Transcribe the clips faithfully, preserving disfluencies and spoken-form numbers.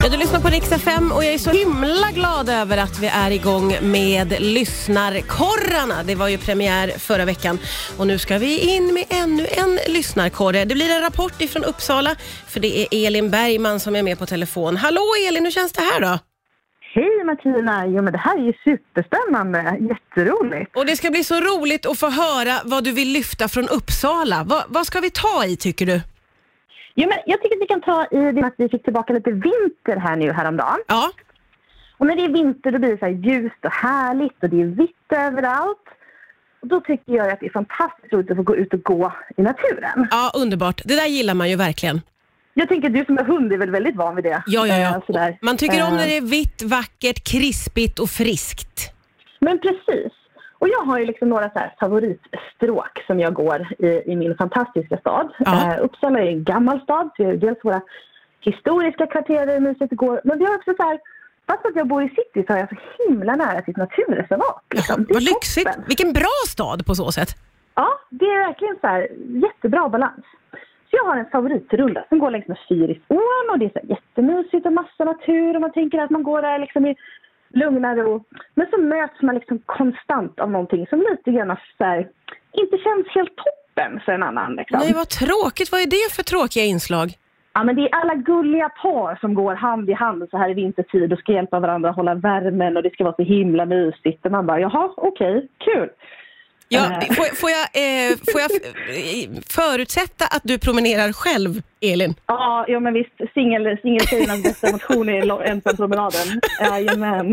Ja, du lyssnar på Rix F M och jag är så himla glad över att vi är igång med lyssnarkorrarna. Det var ju premiär förra veckan och nu ska vi in med ännu en lyssnarkorre. Det blir en rapport ifrån Uppsala för det är Elin Bergman som är med på telefon. Hallå Elin, hur känns det här då? Hej Martina, jo men det här är ju superspännande, jätteroligt. Och det ska bli så roligt att få höra vad du vill lyfta från Uppsala. Va, vad ska vi ta i tycker du? Jo men jag tycker att vi kan ta i det att vi fick tillbaka lite vinter här nu häromdagen. Ja. Och när det är vinter då blir det så här ljust och härligt och det är vitt överallt. Och då tycker jag att det är fantastiskt roligt att få gå ut och gå i naturen. Ja, underbart. Det där gillar man ju verkligen. Jag tänker att du som är hund är väl väldigt van vid det. Ja, ja, ja. Sådär. Man tycker om när det är vitt, vackert, krispigt och friskt. Men precis. Och jag har ju liksom några så här favoritstråk som jag går i, i min fantastiska stad. Ja. Uh, Uppsala är en gammal stad, så jag har dels våra historiska kvarter mysigt går. Men vi har också så här, fast att jag bor i city så har jag så himla nära till naturreservat. Liksom. Ja, vad lyxigt. Toppen. Vilken bra stad på så sätt. Ja, det är verkligen så här jättebra balans. Så jag har en favoritrunda som går längs med Fyrisån och det är så här jättemysigt och massa natur och man tänker att man går där liksom i lugnare och... Men så möts man liksom konstant av någonting som lite grann så här, inte känns helt toppen för en annan. Liksom. Nej, vad tråkigt. Vad är det för tråkiga inslag? Ja, men det är alla gulliga par som går hand i hand så här i vintertid och ska hjälpa varandra att hålla värmen och det ska vara så himla mysigt. Och man bara, jaha, okej, okay, kul. Ja, får, får, jag, eh, får jag f- förutsätta att du promenerar själv, Elin? Ja, ja men visst. Singel, singeltjejernas bästa motion är ensampromenaden. Jajamän.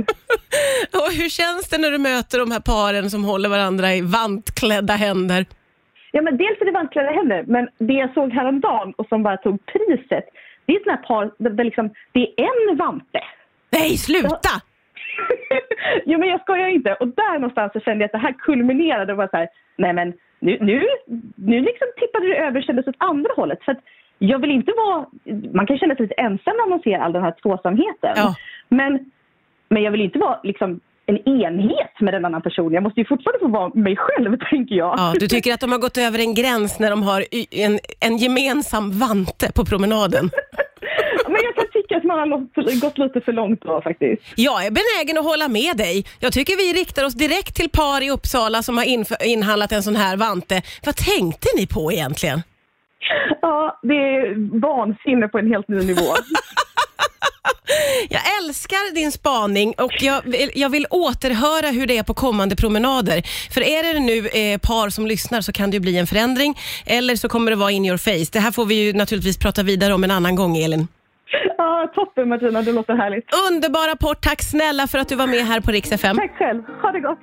Och hur känns det när du möter de här paren som håller varandra i vantklädda händer? Ja, men dels är det vantklädda händer, men det jag såg häromdagen och som bara tog priset, det är sådana här par där, där liksom, det är en vante. Nej, sluta! Ja. Jo, men jag skojar inte. Och där någonstans så kände jag att det här kulminerade och var så här, nej men nu, nu, nu liksom tippade det över och kändes åt andra hållet. För att jag vill inte vara, man kan känna sig lite ensam när man ser all den här tvåsamheten. Ja. Men, men jag vill inte vara liksom en enhet med en annan person. Jag måste ju fortfarande få vara mig själv, tänker jag. Ja, du tycker att de har gått över en gräns när de har en, en gemensam vante på promenaden? Men jag kan tycka att man har gått lite för långt då faktiskt. Jag är benägen att hålla med dig. Jag tycker vi riktar oss direkt till par i Uppsala som har inf- inhandlat en sån här vante. Vad tänkte ni på egentligen? Ja, det är vansinne på en helt ny nivå. Jag älskar din spaning och jag vill, jag vill återhöra hur det är på kommande promenader. För är det nu eh, par som lyssnar så kan det ju bli en förändring. Eller så kommer det vara in your face. Det här får vi ju naturligtvis prata vidare om en annan gång, Elin. Ja, toppen Martina, det låter härligt. Underbara rapport, tack snälla för att du var med här på Rix F M. Tack själv, ha det gott.